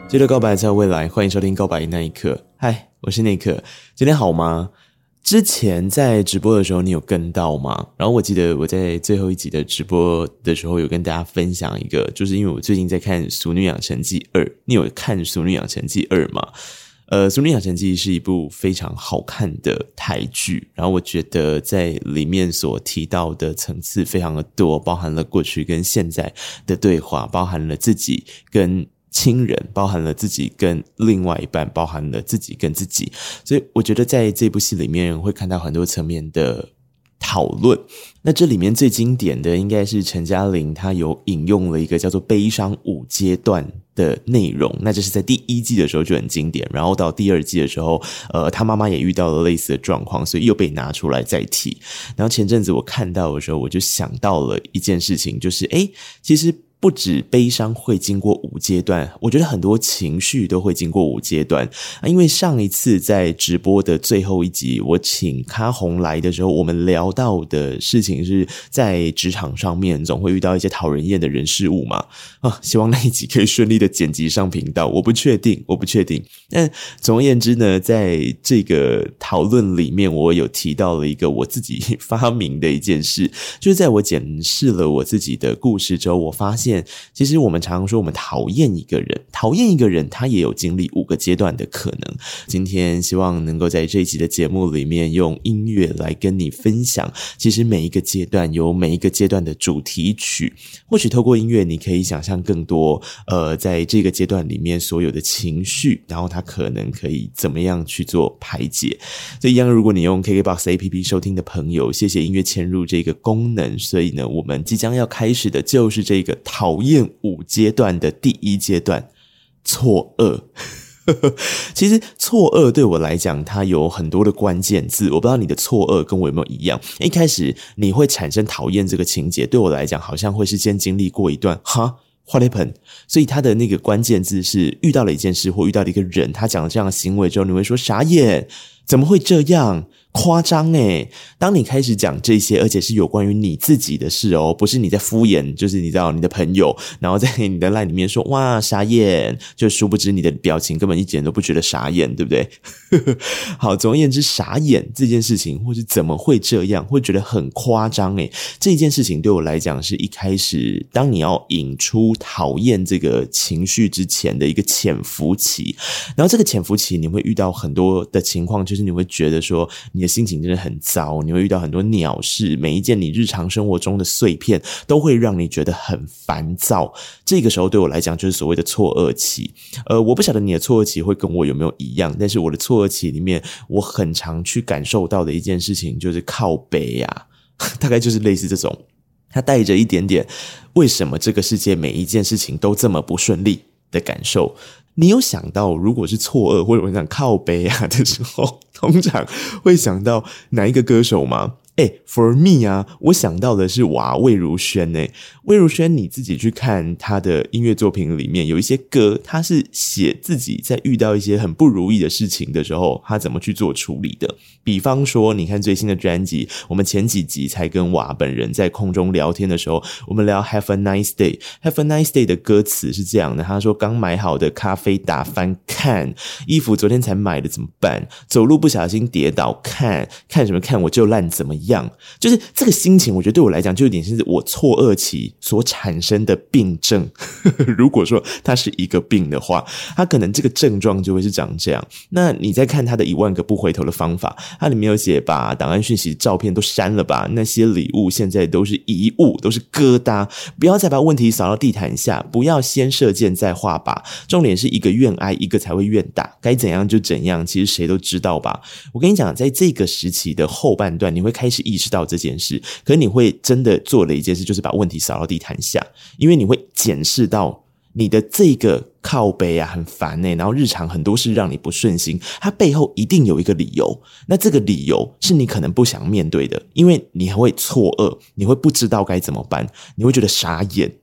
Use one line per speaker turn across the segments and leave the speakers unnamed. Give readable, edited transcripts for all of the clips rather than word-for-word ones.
接着告白在未来，欢迎收听告白那一刻。嗨，我是内克，今天好吗？之前在直播的时候你有跟到吗？然后我记得我在最后一集的直播的时候有跟大家分享一个，就是因为我最近在看《俗女养成记2》，你有看《俗女养成记2》吗？《俗女养成记》是一部非常好看的台剧，然后我觉得在里面所提到的层次非常的多，包含了过去跟现在的对话，包含了自己跟亲人，包含了自己跟另外一半，包含了自己跟自己，所以我觉得在这部戏里面会看到很多层面的讨论。那这里面最经典的应该是陈嘉玲她有引用了一个叫做悲伤5阶段的内容，那这是在第1季的时候就很经典，然后到第2季的时候她妈妈也遇到了类似的状况，所以又被拿出来再提。然后前阵子我看到的时候我就想到了一件事情，就是其实不止悲伤会经过5阶段，我觉得很多情绪都会经过5阶段。因为上一次在直播的最后一集，我请咖红来的时候，我们聊到的事情是在职场上面总会遇到一些讨人厌的人事物嘛。希望那一集可以顺利的剪辑上频道，我不确定。但总而言之呢，在这个讨论里面，我有提到了一个我自己发明的一件事，就是在我检视了我自己的故事之后，我发现其实我们常常说我们讨厌一个人他也有经历5个阶段的可能。今天希望能够在这一集的节目里面用音乐来跟你分享，其实每一个阶段有每一个阶段的主题曲，或许透过音乐你可以想象更多在这个阶段里面所有的情绪，然后它可能可以怎么样去做排解。所以一样，如果你用 KKBOX APP 收听的朋友，谢谢音乐嵌入这个功能。所以呢，我们即将要开始的就是这个讨厌5阶段的第1阶段，错愕。其实错愕对我来讲它有很多的关键字，我不知道你的错愕跟我有没有一样。一开始你会产生讨厌这个情节，对我来讲好像会是先经历过一段What happened？ 所以他的那个关键字是遇到了一件事或遇到了一个人，他讲了这样的行为之后，你会说傻眼，怎么会这样？夸张欸。当你开始讲这些，而且是有关于你自己的事不是你在敷衍，就是你知道你的朋友，然后在你的 LINE 里面说哇傻眼，就殊不知你的表情根本一点都不觉得傻眼，对不对？好，总而言之，傻眼这件事情，或是怎么会这样，会觉得很夸张这件事情对我来讲是一开始当你要引出讨厌这个情绪之前的一个潜伏期，然后这个潜伏期你会遇到很多的情况，就是你会觉得说你的心情真的很糟，你会遇到很多鸟事，每一件你日常生活中的碎片都会让你觉得很烦躁。这个时候对我来讲就是所谓的错愕期。我不晓得你的错愕期会跟我有没有一样，但是我的错愕期里面，我很常去感受到的一件事情就是靠北啊，大概就是类似这种，它带着一点点为什么这个世界每一件事情都这么不顺利的感受。你有想到如果是错愕或者我想靠北啊的时候，通常会想到哪一个歌手吗？For me 啊，我想到的是魏如萱魏如萱你自己去看她的音乐作品里面有一些歌，她是写自己在遇到一些很不如意的事情的时候，她怎么去做处理的。比方说你看最新的专辑，我们前几集才跟瓦本人在空中聊天的时候，我们聊 Have a nice day Have a nice day 的歌词是这样的，他说刚买好的咖啡打翻看，衣服昨天才买的怎么办，走路不小心跌倒看什么看，我就烂怎么样。就是这个心情我觉得对我来讲就有点像是我错愕期所产生的病症如果说它是一个病的话，它可能这个症状就会是长这样。那你再看它的10000个不回头的方法，它里面有写把档案讯息照片都删了吧，那些礼物现在都是遗物，都是疙瘩，不要再把问题扫到地毯下，不要先射箭再画靶，重点是一个愿挨一个才会愿打，该怎样就怎样，其实谁都知道吧。我跟你讲，在这个时期的后半段你会开始意识到这件事，可是你会真的做了一件事，就是把问题扫到地毯下，因为你会检视到你的这个靠北啊很烦然后日常很多事让你不顺心，它背后一定有一个理由，那这个理由是你可能不想面对的，因为你会错愕，你会不知道该怎么办，你会觉得傻眼，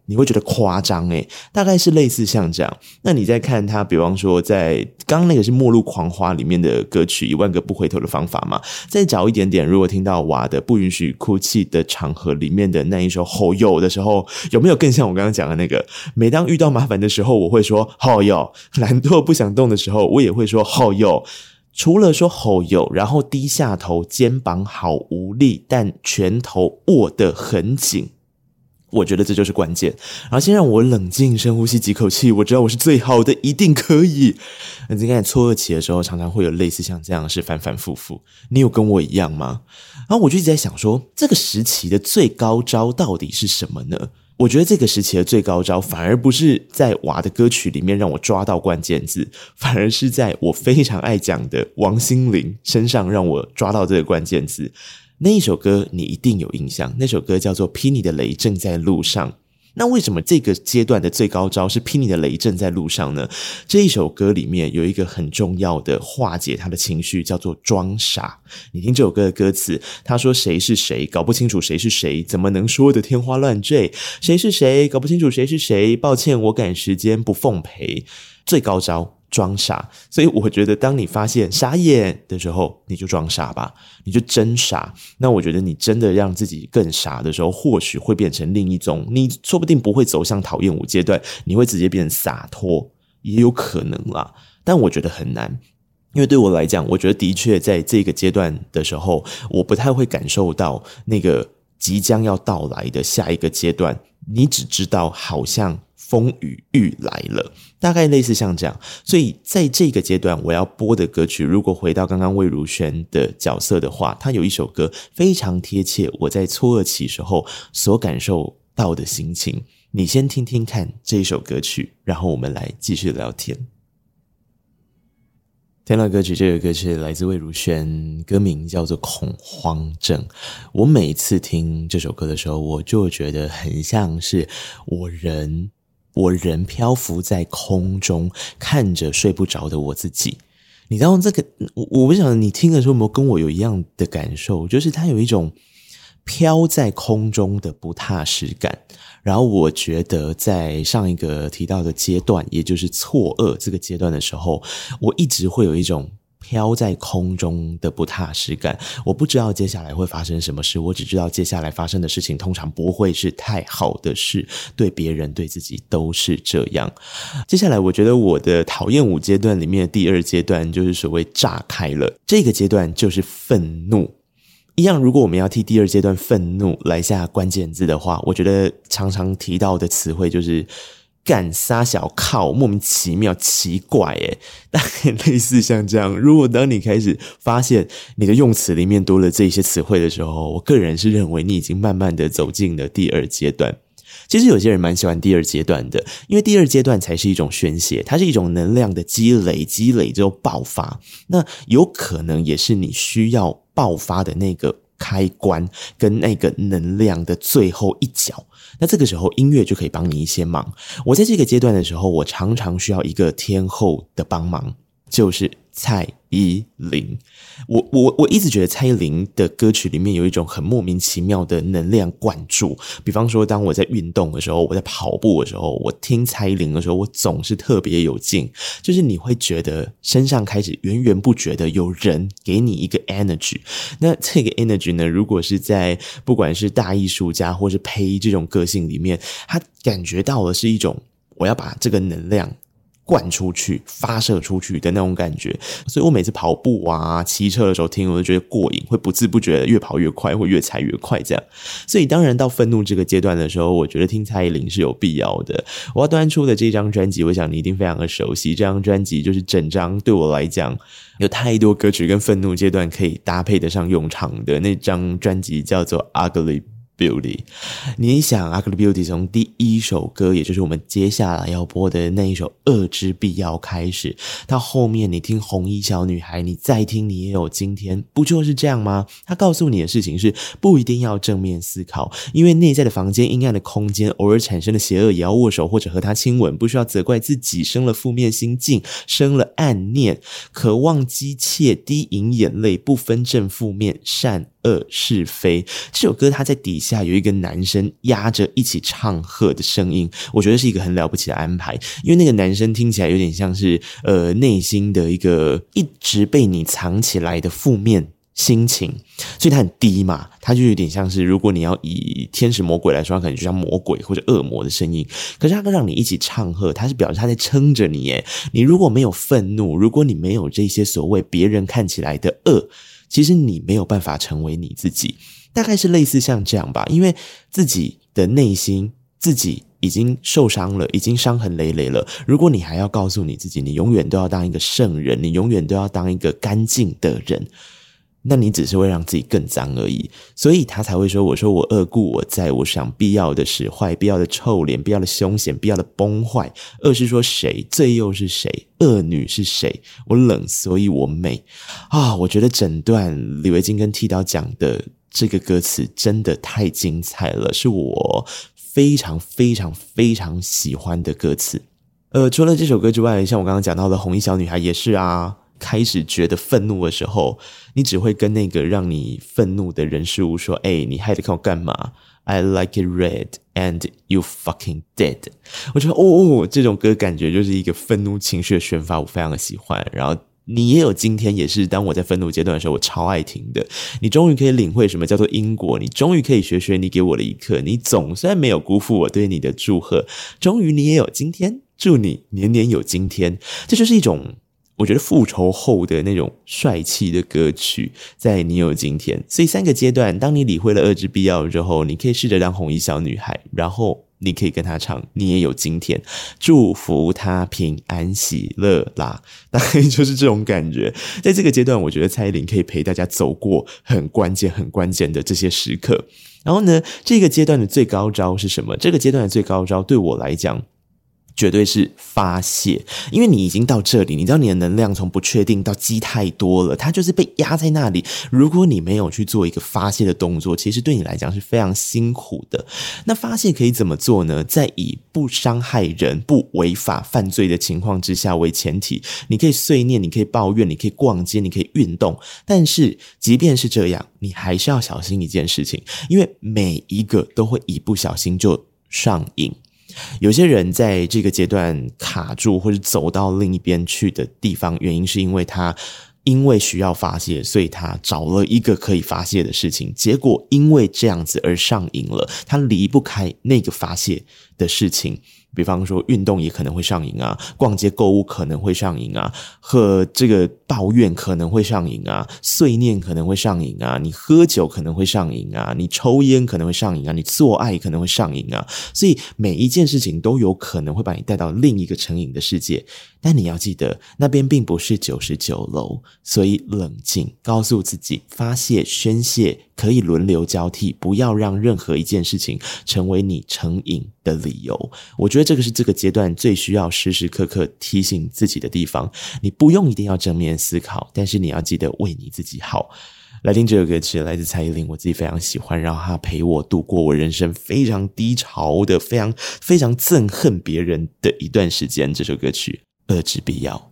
你会觉得夸张大概是类似像这样。那你再看他比方说在刚刚那个是末路狂花里面的歌曲1万个不回头的方法嘛，再早一点点如果听到娃的不允许哭泣的场合里面的那一首吼哟的时候，有没有更像我刚刚讲的那个每当遇到麻烦的时候我会说吼哟，懒惰不想动的时候我也会说吼哟。除了说吼哟，然后低下头，肩膀好无力，但拳头握得很紧，我觉得这就是关键。然后先让我冷静，深呼吸几口气，我知道我是最好的，一定可以。那在错愕期的时候常常会有类似像这样的事反反复复，你有跟我一样吗？然后我就一直在想说，这个时期的最高招到底是什么呢？我觉得这个时期的最高招反而不是在娃的歌曲里面让我抓到关键字，反而是在我非常爱讲的王心凌身上让我抓到这个关键字。那一首歌你一定有印象，那首歌叫做《劈你的雷正在路上》。那为什么这个阶段的最高招是劈你的雷正在路上呢？这一首歌里面有一个很重要的化解他的情绪，叫做装傻。你听这首歌的歌词，他说谁是谁，搞不清楚谁是谁，怎么能说得天花乱坠？谁是谁，搞不清楚谁是谁，抱歉我赶时间不奉陪。最高招装傻。所以我觉得当你发现傻眼的时候，你就装傻吧，你就真傻。那我觉得你真的让自己更傻的时候，或许会变成另一种，你说不定不会走向讨厌我阶段，你会直接变成洒脱，也有可能啦，但我觉得很难。因为对我来讲，我觉得的确在这个阶段的时候，我不太会感受到那个即将要到来的下一个阶段，你只知道好像风雨欲来了，大概类似像这样。所以在这个阶段我要播的歌曲，如果回到刚刚魏如萱的角色的话，她有一首歌非常贴切我在错愕期时候所感受到的心情。你先听听看这一首歌曲，然后我们来继续聊天。听到歌曲，这个歌曲来自魏如萱，歌名叫做《恐慌症》。我每次听这首歌的时候，我就觉得很像是我人漂浮在空中，看着睡不着的我自己。你知道这个，我不晓得你听的时候有没有跟我有一样的感受，就是它有一种飘在空中的不踏实感。然后我觉得在上一个提到的阶段，也就是错愕这个阶段的时候，我一直会有一种飘在空中的不踏实感。我不知道接下来会发生什么事，我只知道接下来发生的事情通常不会是太好的事，对别人对自己都是这样。接下来我觉得我的讨厌5阶段里面的第2阶段就是所谓炸开了，这个阶段就是愤怒。一样，如果我们要替第2阶段愤怒来下关键字的话，我觉得常常提到的词汇就是干撒小靠，莫名其妙奇怪大概类似像这样。如果当你开始发现你的用词里面多了这些词汇的时候，我个人是认为你已经慢慢的走进了第2阶段。其实有些人蛮喜欢第2阶段的，因为第2阶段才是一种宣泄，它是一种能量的积累之后爆发，那有可能也是你需要爆发的那个开关跟那个能量的最后一脚。那这个时候音乐就可以帮你一些忙。我在这个阶段的时候，我常常需要一个天后的帮忙，就是蔡依林。我一直觉得蔡依林的歌曲里面有一种很莫名其妙的能量灌注。比方说当我在运动的时候，我在跑步的时候，我听蔡依林的时候，我总是特别有劲，就是你会觉得身上开始源源不绝的有人给你一个 energy。 那这个 energy 呢，如果是在不管是大艺术家或是呸这种个性里面，他感觉到的是一种我要把这个能量灌出去发射出去的那种感觉。所以我每次跑步啊骑车的时候听，我就觉得过瘾，会不自不觉的越跑越快，会越踩越快这样。所以当然到愤怒这个阶段的时候，我觉得听蔡依林是有必要的。我要端出的这张专辑，我想你一定非常的熟悉。这张专辑就是整张对我来讲有太多歌曲跟愤怒阶段可以搭配得上用场的那张专辑，叫做 Ugly Beauty。 你想 Ugly Beauty 从第1首歌，也就是我们接下来要播的那一首恶之必要开始，到后面你听红衣小女孩，你再听你也有今天，不就是这样吗？他告诉你的事情是不一定要正面思考，因为内在的房间阴暗的空间偶尔产生的邪恶也要握手或者和他亲吻，不需要责怪自己生了负面心境，生了暗念，渴望机切低吟眼泪，不分正负面善恶是非。这首歌它在底下有一个男生压着一起唱和的声音，我觉得是一个很了不起的安排，因为那个男生听起来有点像是内心的一个一直被你藏起来的负面心情，所以它很低嘛，它就有点像是如果你要以天使魔鬼来说，它可能就像魔鬼或者恶魔的声音，可是它让你一起唱和，它是表示它在撑着你耶。你如果没有愤怒，如果你没有这些所谓别人看起来的恶，其实你没有办法成为你自己，大概是类似像这样吧。因为自己的内心自己已经受伤了，已经伤痕累累了，如果你还要告诉你自己你永远都要当一个圣人，你永远都要当一个干净的人，那你只是会让自己更脏而已。所以他才会说，我说我恶故我在，我想必要的使坏，必要的臭脸，必要的凶险，必要的崩坏。恶是说谁，罪又是谁，恶女是谁，我冷所以我美啊！我觉得整段李维京跟剃刀讲的这个歌词真的太精彩了，是我非常非常非常喜欢的歌词。除了这首歌之外，像我刚刚讲到的红衣小女孩也是啊，开始觉得愤怒的时候，你只会跟那个让你愤怒的人事物说，你害得看我干嘛？ I like it red and you fucking dead。 我觉得这种歌感觉就是一个愤怒情绪的宣发，我非常的喜欢。然后你也有今天，也是当我在愤怒阶段的时候我超爱听的。你终于可以领会什么叫做因果，你终于可以学你给我的一课，你总算没有辜负我对你的祝贺，终于你也有今天，祝你年年有今天。这就是一种我觉得复仇后的那种帅气的歌曲，在你有今天。所以3个阶段，当你理会了恶之必要之后，你可以试着当红衣小女孩，然后你可以跟她唱你也有今天，祝福她平安喜乐啦，大概就是这种感觉。在这个阶段，我觉得蔡依林可以陪大家走过很关键很关键的这些时刻。然后呢，这个阶段的最高招是什么？这个阶段的最高招对我来讲绝对是发泄，因为你已经到这里，你知道你的能量从不确定到积太多了，它就是被压在那里。如果你没有去做一个发泄的动作，其实对你来讲是非常辛苦的。那发泄可以怎么做呢？在以不伤害人、不违法犯罪的情况之下为前提，你可以碎念，你可以抱怨，你可以逛街，你可以运动，但是即便是这样，你还是要小心一件事情，因为每一个都会一不小心就上瘾。有些人在这个阶段卡住或者走到另一边去的地方，原因是因为他因为需要发泄，所以他找了一个可以发泄的事情，结果因为这样子而上瘾了，他离不开那个发泄的事情。比方说运动也可能会上瘾啊，逛街购物可能会上瘾啊，和这个抱怨可能会上瘾啊，碎念可能会上瘾啊，你喝酒可能会上瘾啊，你抽烟可能会上瘾啊，你做爱可能会上瘾啊，所以每一件事情都有可能会把你带到另一个成瘾的世界。但你要记得，那边并不是99楼，所以冷静，告诉自己发泄宣泄可以轮流交替，不要让任何一件事情成为你成瘾的理由。我觉得这个是这个阶段最需要时时刻刻提醒自己的地方。你不用一定要正面思考，但是你要记得为你自己好。来听这首歌曲，来自蔡依林，我自己非常喜欢，让她陪我度过我人生非常低潮的、非常非常憎恨别人的一段时间。这首歌曲恶之必要，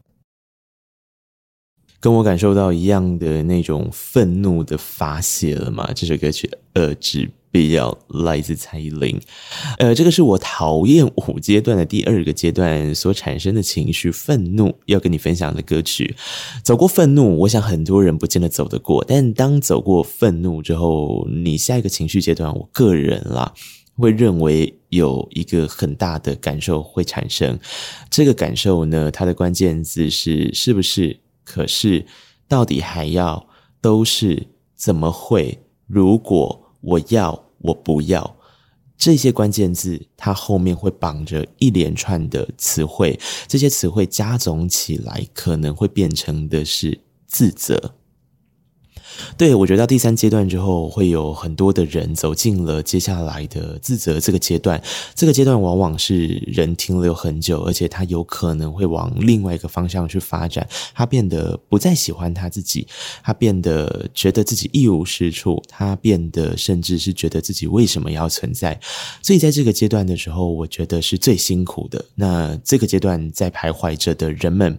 跟我感受到一样的那种愤怒的发泄了吗？这首歌曲恶之必要来自蔡依林。这个是我讨厌5阶段的第2个阶段所产生的情绪，愤怒，要跟你分享的歌曲。走过愤怒，我想很多人不见得走得过，但当走过愤怒之后，你下一个情绪阶段，我个人啦会认为有一个很大的感受会产生。这个感受呢，它的关键字是是不是，可是，到底还要，都是，怎么会，如果，我要，我不要。这些关键字它后面会绑着一连串的词汇，这些词汇加总起来可能会变成的是自责。对，我觉得到第3阶段之后，会有很多的人走进了接下来的自责这个阶段。这个阶段往往是人停留很久，而且他有可能会往另外一个方向去发展。他变得不再喜欢他自己，他变得觉得自己一无是处，他变得甚至是觉得自己为什么要存在。所以在这个阶段的时候，我觉得是最辛苦的。那这个阶段在徘徊着的人们，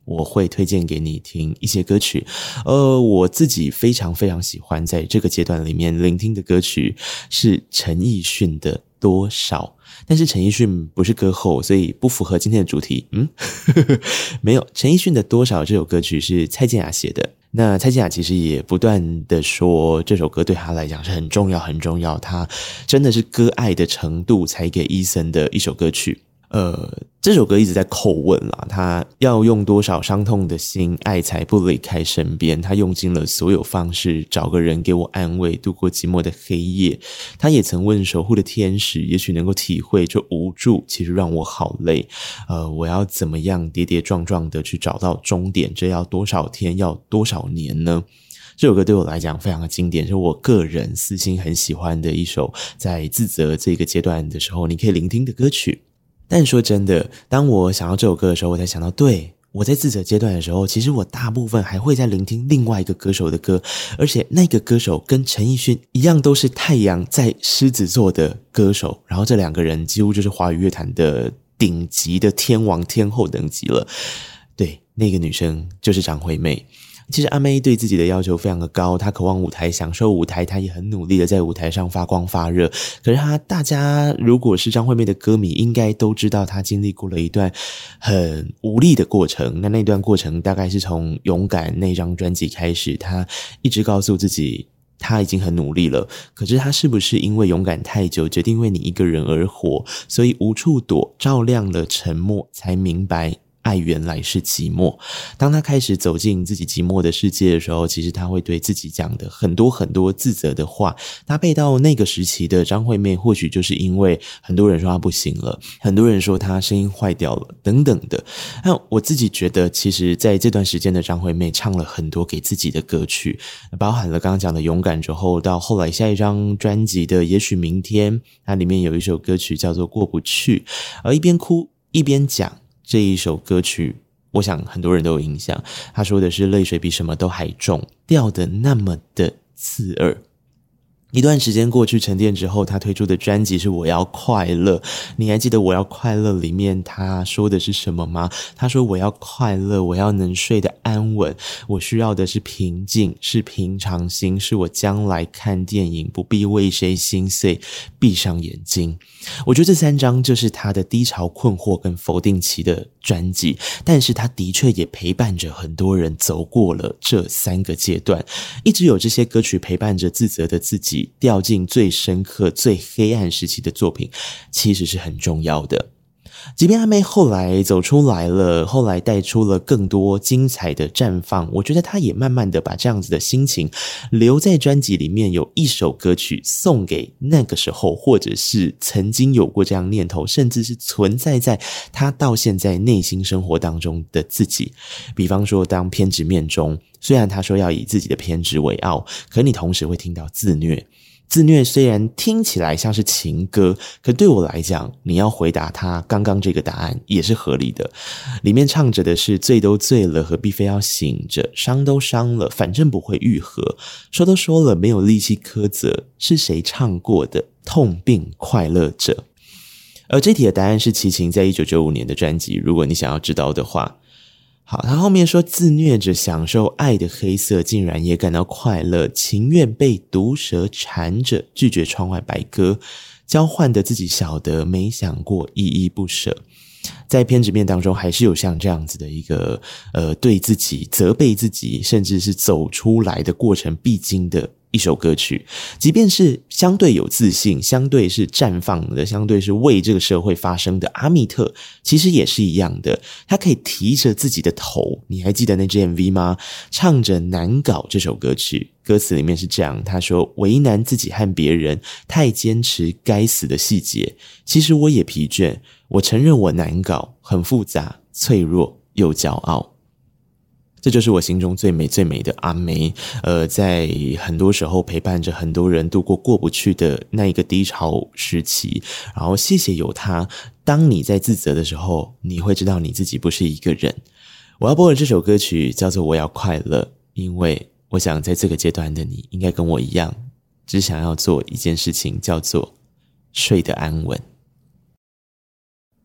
我会推荐给你听一些歌曲。我自己非常非常喜欢在这个阶段里面聆听的歌曲是陈奕迅的《多少》，但是陈奕迅不是歌后，所以不符合今天的主题。没有，陈奕迅的《多少》这首歌曲是蔡健雅写的。那蔡健雅其实也不断的说这首歌对他来讲是很重要很重要，他真的是割爱的程度才给 Eason 的一首歌曲。这首歌一直在叩问啦，他要用多少伤痛的心，爱才不离开身边。他用尽了所有方式，找个人给我安慰，度过寂寞的黑夜。他也曾问守护的天使，也许能够体会这无助其实让我好累。我要怎么样跌跌撞撞的去找到终点？这要多少天，要多少年呢？这首歌对我来讲非常的经典，是我个人私心很喜欢的一首在自责这个阶段的时候你可以聆听的歌曲。但说真的，当我想到这首歌的时候，我才想到，对，我在自责阶段的时候，其实我大部分还会在聆听另外一个歌手的歌，而且那个歌手跟陈奕迅一样都是太阳在狮子座的歌手，然后这两个人几乎就是华语乐坛的顶级的天王天后等级了。对，那个女生就是张惠妹。其实阿妹对自己的要求非常的高，她渴望舞台，享受舞台，她也很努力的在舞台上发光发热。可是大家如果是张惠妹的歌迷，应该都知道她经历过了一段很无力的过程。那段过程大概是从勇敢那张专辑开始，她一直告诉自己他已经很努力了，可是他是不是因为勇敢太久，决定为你一个人而活，所以无处躲，照亮了沉默，才明白爱原来是寂寞。当他开始走进自己寂寞的世界的时候，其实他会对自己讲的很多很多自责的话。搭配到那个时期的张惠妹，或许就是因为很多人说她不行了，很多人说她声音坏掉了等等的。那我自己觉得，其实在这段时间的张惠妹唱了很多给自己的歌曲，包含了刚刚讲的勇敢之后，到后来下一张专辑的也许明天，它里面有一首歌曲叫做过不去，而一边哭一边讲这一首歌曲，我想很多人都有印象。他说的是泪水比什么都还重，掉得那么的刺耳。一段时间过去沉淀之后，他推出的专辑是我要快乐。你还记得我要快乐里面他说的是什么吗？他说我要快乐，我要能睡得安稳，我需要的是平静，是平常心，是我将来看电影不必为谁心碎，闭上眼睛。我觉得这3张就是他的低潮困惑跟否定期的专辑，但是他的确也陪伴着很多人走过了这3个阶段。一直有这些歌曲陪伴着自责的自己掉进最深刻最黑暗时期的作品，其实是很重要的。即便阿妹后来走出来了，后来带出了更多精彩的绽放，我觉得她也慢慢的把这样子的心情留在专辑里面，有一首歌曲送给那个时候，或者是曾经有过这样念头，甚至是存在在她到现在内心生活当中的自己。比方说当偏执面中，虽然她说要以自己的偏执为傲，可你同时会听到自虐。自虐虽然听起来像是情歌，可对我来讲，你要回答他刚刚这个答案也是合理的。里面唱着的是醉都醉了，何必非要醒着，伤都伤了，反正不会愈合，说都说了，没有力气苛责，是谁唱过的痛并快乐着。而这题的答案是齐秦在1995年的专辑，如果你想要知道的话。好，他后面说自虐着享受爱的黑色，竟然也感到快乐，情愿被毒蛇缠着，拒绝窗外白鸽，交换的自己晓得，没想过依依不舍。在偏执面当中还是有像这样子的一个对自己责备自己，甚至是走出来的过程必经的一首歌曲。即便是相对有自信，相对是绽放的，相对是为这个社会发声的阿密特，其实也是一样的，他可以提着自己的头。你还记得那支 MV 吗？唱着难搞这首歌曲，歌词里面是这样，他说为难自己和别人，太坚持该死的细节，其实我也疲倦，我承认我难搞，很复杂，脆弱又骄傲。这就是我心中最美最美的阿妹，在很多时候陪伴着很多人度过过不去的那一个低潮时期，然后谢谢有她，当你在自责的时候，你会知道你自己不是一个人。我要播的这首歌曲叫做我要快乐，因为我想在这个阶段的你应该跟我一样，只想要做一件事情，叫做睡得安稳。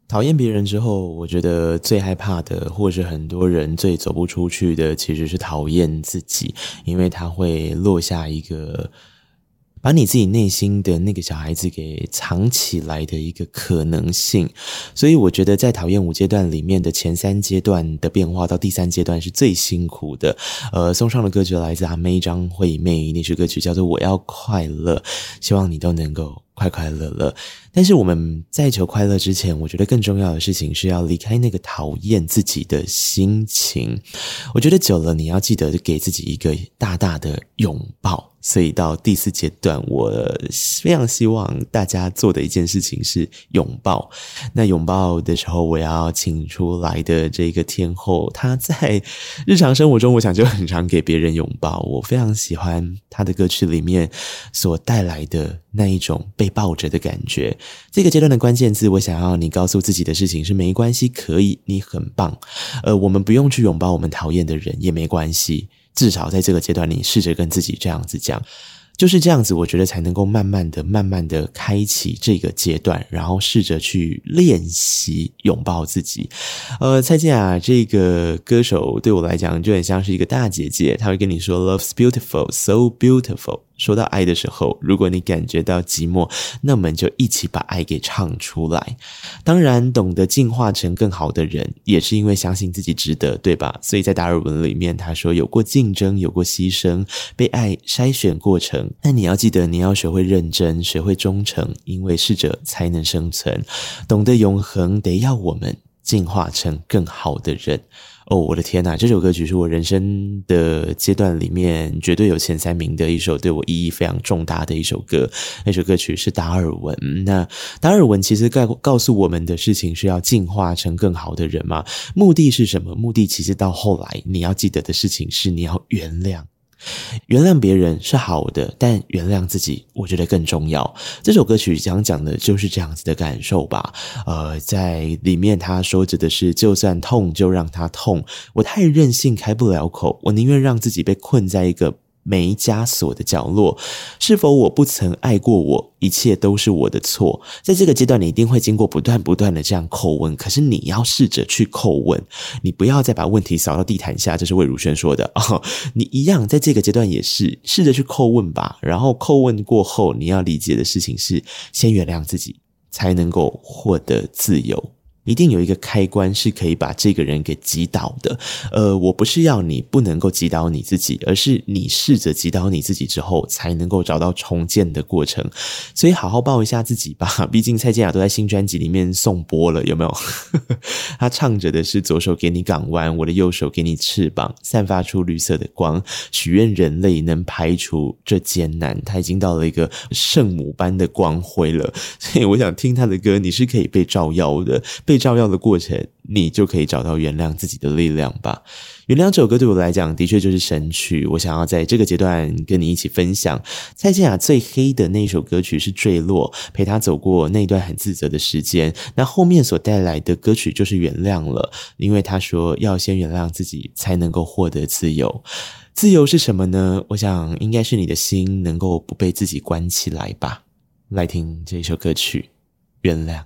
讨厌别人之后，我觉得最害怕的，或是很多人最走不出去的，其实是讨厌自己，因为它会落下一个把你自己内心的那个小孩子给藏起来的一个可能性。所以我觉得在讨厌5阶段里面的前3阶段的变化到第3阶段是最辛苦的。送上的歌曲来自阿妹张惠妹，那首歌曲叫做我要快乐，希望你都能够快快乐乐。但是我们在求快乐之前，我觉得更重要的事情是要离开那个讨厌自己的心情。我觉得久了，你要记得给自己一个大大的拥抱。所以到第4阶段，我非常希望大家做的一件事情是拥抱。那拥抱的时候，我要请出来的这个天后，她在日常生活中，我想就很常给别人拥抱。我非常喜欢她的歌曲里面所带来的那一种被抱着的感觉。这个阶段的关键字，我想要你告诉自己的事情是没关系，可以，你很棒。我们不用去拥抱我们讨厌的人也没关系，至少在这个阶段你试着跟自己这样子讲，就是这样子，我觉得才能够慢慢的开启这个阶段，然后试着去练习拥抱自己。蔡健雅这个歌手对我来讲就很像是一个大姐姐，她会跟你说 Love's beautiful, so beautiful。说到爱的时候，如果你感觉到寂寞，那我们就一起把爱给唱出来。当然，懂得进化成更好的人，也是因为相信自己值得，对吧？所以在达尔文里面，他说有过竞争，有过牺牲，被爱筛选过程。但你要记得，你要学会认真，学会忠诚，因为适者才能生存。懂得永恒，得要我们进化成更好的人。我的天哪，这首歌曲是我人生的阶段里面绝对有前3名的一首，对我意义非常重大的一首歌。那首歌曲是达尔文。那达尔文其实告诉我们的事情是要进化成更好的人嘛。目的是什么？目的其实到后来你要记得的事情是你要原谅。原谅别人是好的，但原谅自己我觉得更重要。这首歌曲想讲的就是这样子的感受吧。在里面他说着的是，就算痛就让它痛，我太任性开不了口，我宁愿让自己被困在一个没枷锁的角落。是否我不曾爱过我，一切都是我的错。在这个阶段你一定会经过不断的这样叩问，可是你要试着去叩问，你不要再把问题扫到地毯下，这是魏如萱说的。你一样在这个阶段也是试着去叩问吧。然后叩问过后，你要理解的事情是先原谅自己，才能够获得自由。一定有一个开关是可以把这个人给击倒的。我不是要你不能够击倒你自己，而是你试着击倒你自己之后，才能够找到重建的过程。所以好好抱一下自己吧，毕竟蔡健雅都在新专辑里面颂钵了，有没有？他唱着的是左手给你港湾，我的右手给你翅膀，散发出绿色的光，许愿人类能排除这艰难。他已经到了一个圣母般的光辉了，所以我想听他的歌，你是可以被照耀的。被照耀的过程，你就可以找到原谅自己的力量吧。原谅这首歌对我来讲的确就是神曲，我想要在这个阶段跟你一起分享。蔡健雅最黑的那首歌曲是坠落，陪她走过那段很自责的时间。那后面所带来的歌曲就是原谅了，因为她说要先原谅自己才能够获得自由。自由是什么呢？我想应该是你的心能够不被自己关起来吧。来听这首歌曲原谅。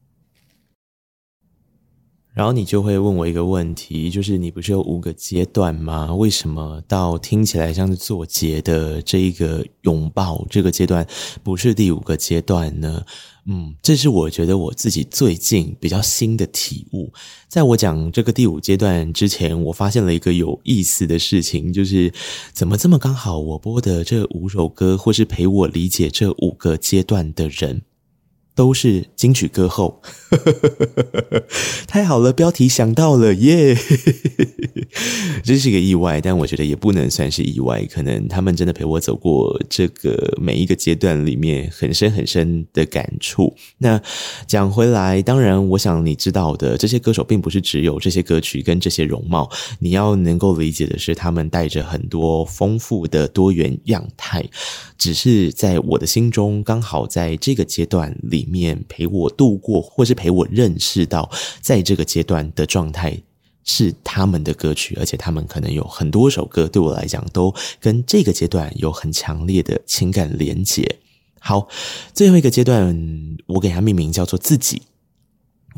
然后你就会问我一个问题，就是你不是有5个阶段吗？为什么到听起来像是作结的这一个拥抱这个阶段不是第5个阶段呢？这是我觉得我自己最近比较新的体悟。在我讲这个第5阶段之前，我发现了一个有意思的事情，就是怎么这么刚好我播的这5首歌，或是陪我理解这5个阶段的人都是金曲歌后。太好了，标题想到了耶。这是一个意外，但我觉得也不能算是意外，可能他们真的陪我走过这个每一个阶段里面很深的感触。那讲回来，当然我想你知道的，这些歌手并不是只有这些歌曲跟这些容貌，你要能够理解的是他们带着很多丰富的多元样态，只是在我的心中刚好在这个阶段里面陪我度过，或是陪我认识到在这个阶段的状态是他们的歌曲，而且他们可能有很多首歌对我来讲都跟这个阶段有很强烈的情感连结。好，最后一个阶段我给它命名叫做自己。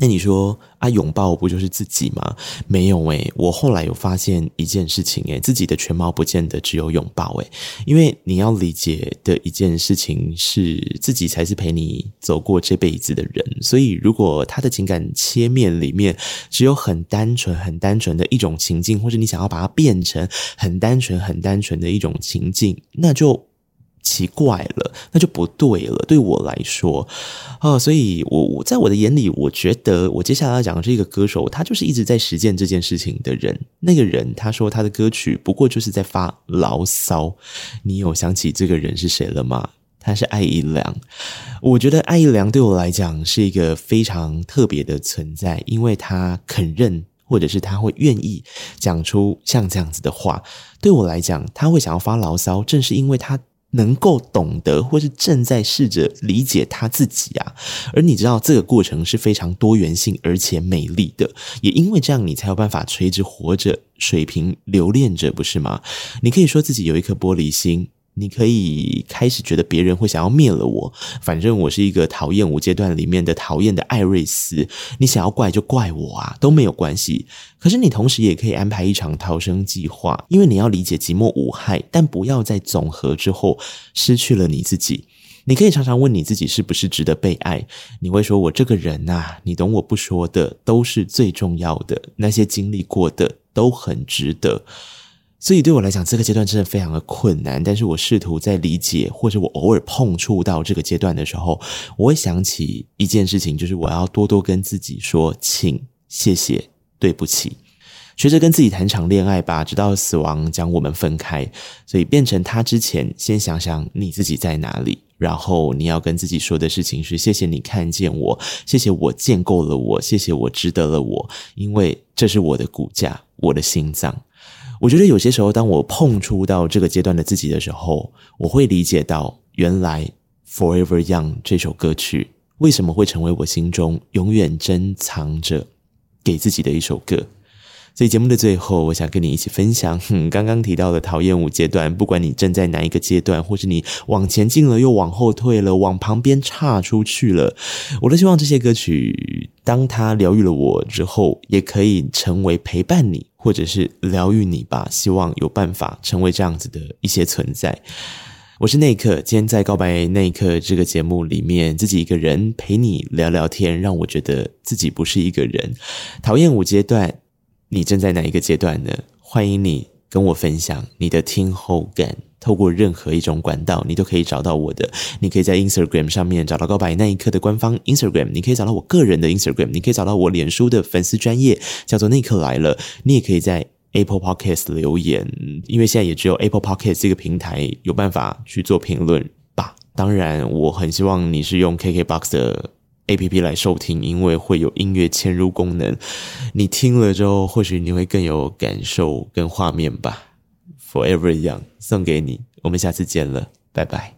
那你说啊，拥抱不就是自己吗？没有我后来有发现一件事情自己的全貌不见得只有拥抱因为你要理解的一件事情是自己才是陪你走过这辈子的人，所以如果他的情感切面里面只有很单纯的一种情境，或者你想要把它变成很单纯的一种情境，那就奇怪了，那就不对了，对我来说所以我在我的眼里，我觉得我接下来要讲的这个歌手，他就是一直在实践这件事情的人。那个人他说他的歌曲不过就是在发牢骚，你有想起这个人是谁了吗？他是艾怡良。我觉得艾怡良对我来讲是一个非常特别的存在，因为他肯认或者是他会愿意讲出像这样子的话。对我来讲，他会想要发牢骚，正是因为他能够懂得或是正在试着理解他自己啊。而你知道这个过程是非常多元性而且美丽的，也因为这样你才有办法垂直活着，水平留恋着，不是吗？你可以说自己有一颗玻璃心，你可以开始觉得别人会想要灭了我，反正我是一个讨厌5阶段里面的讨厌的艾瑞斯，你想要怪就怪我啊，都没有关系。可是你同时也可以安排一场逃生计划，因为你要理解寂寞无害，但不要在总和之后失去了你自己。你可以常常问你自己是不是值得被爱，你会说我这个人啊，你懂我不说的都是最重要的，那些经历过的都很值得。所以对我来讲，这个阶段真的非常的困难，但是我试图在理解，或者我偶尔碰触到这个阶段的时候，我会想起一件事情，就是我要多多跟自己说请、谢谢、对不起，学着跟自己谈场恋爱吧，直到死亡将我们分开。所以变成他之前，先想想你自己在哪里，然后你要跟自己说的事情是谢谢你看见我，谢谢我建构了我，谢谢我值得了我，因为这是我的骨架，我的心脏。我觉得有些时候当我碰触到这个阶段的自己的时候，我会理解到原来 Forever Young 这首歌曲为什么会成为我心中永远珍藏着给自己的一首歌。所以节目的最后，我想跟你一起分享刚刚提到的讨厌5阶段，不管你正在哪一个阶段，或是你往前进了又往后退了，往旁边岔出去了，我都希望这些歌曲当它疗愈了我之后，也可以成为陪伴你或者是疗愈你吧，希望有办法成为这样子的一些存在。我是内克，今天在告白那一刻这个节目里面，自己一个人陪你聊聊天，让我觉得自己不是一个人。讨厌5阶段，你正在哪一个阶段呢？欢迎你跟我分享你的听后感，透过任何一种管道你都可以找到我的。你可以在 Instagram 上面找到告白那一刻的官方 Instagram， 你可以找到我个人的 Instagram， 你可以找到我脸书的粉丝专页叫做内克来了。你也可以在 Apple Podcast 留言，因为现在也只有 Apple Podcast 这个平台有办法去做评论吧。当然我很希望你是用 KKBOX 的APP 来收听，因为会有音乐嵌入功能，你听了之后或许你会更有感受跟画面吧。 Forever Young 送给你，我们下次见了，拜拜。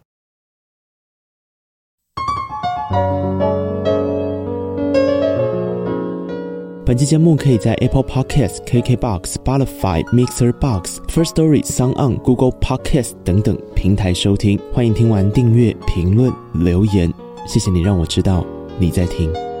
本期节目可以在 Apple Podcast、KKBOX、Spotify、Mixer Box、Firstory、SoundOn、Google Podcast 等等平台收听，欢迎听完订阅、评论、留言，谢谢你让我知道你在听。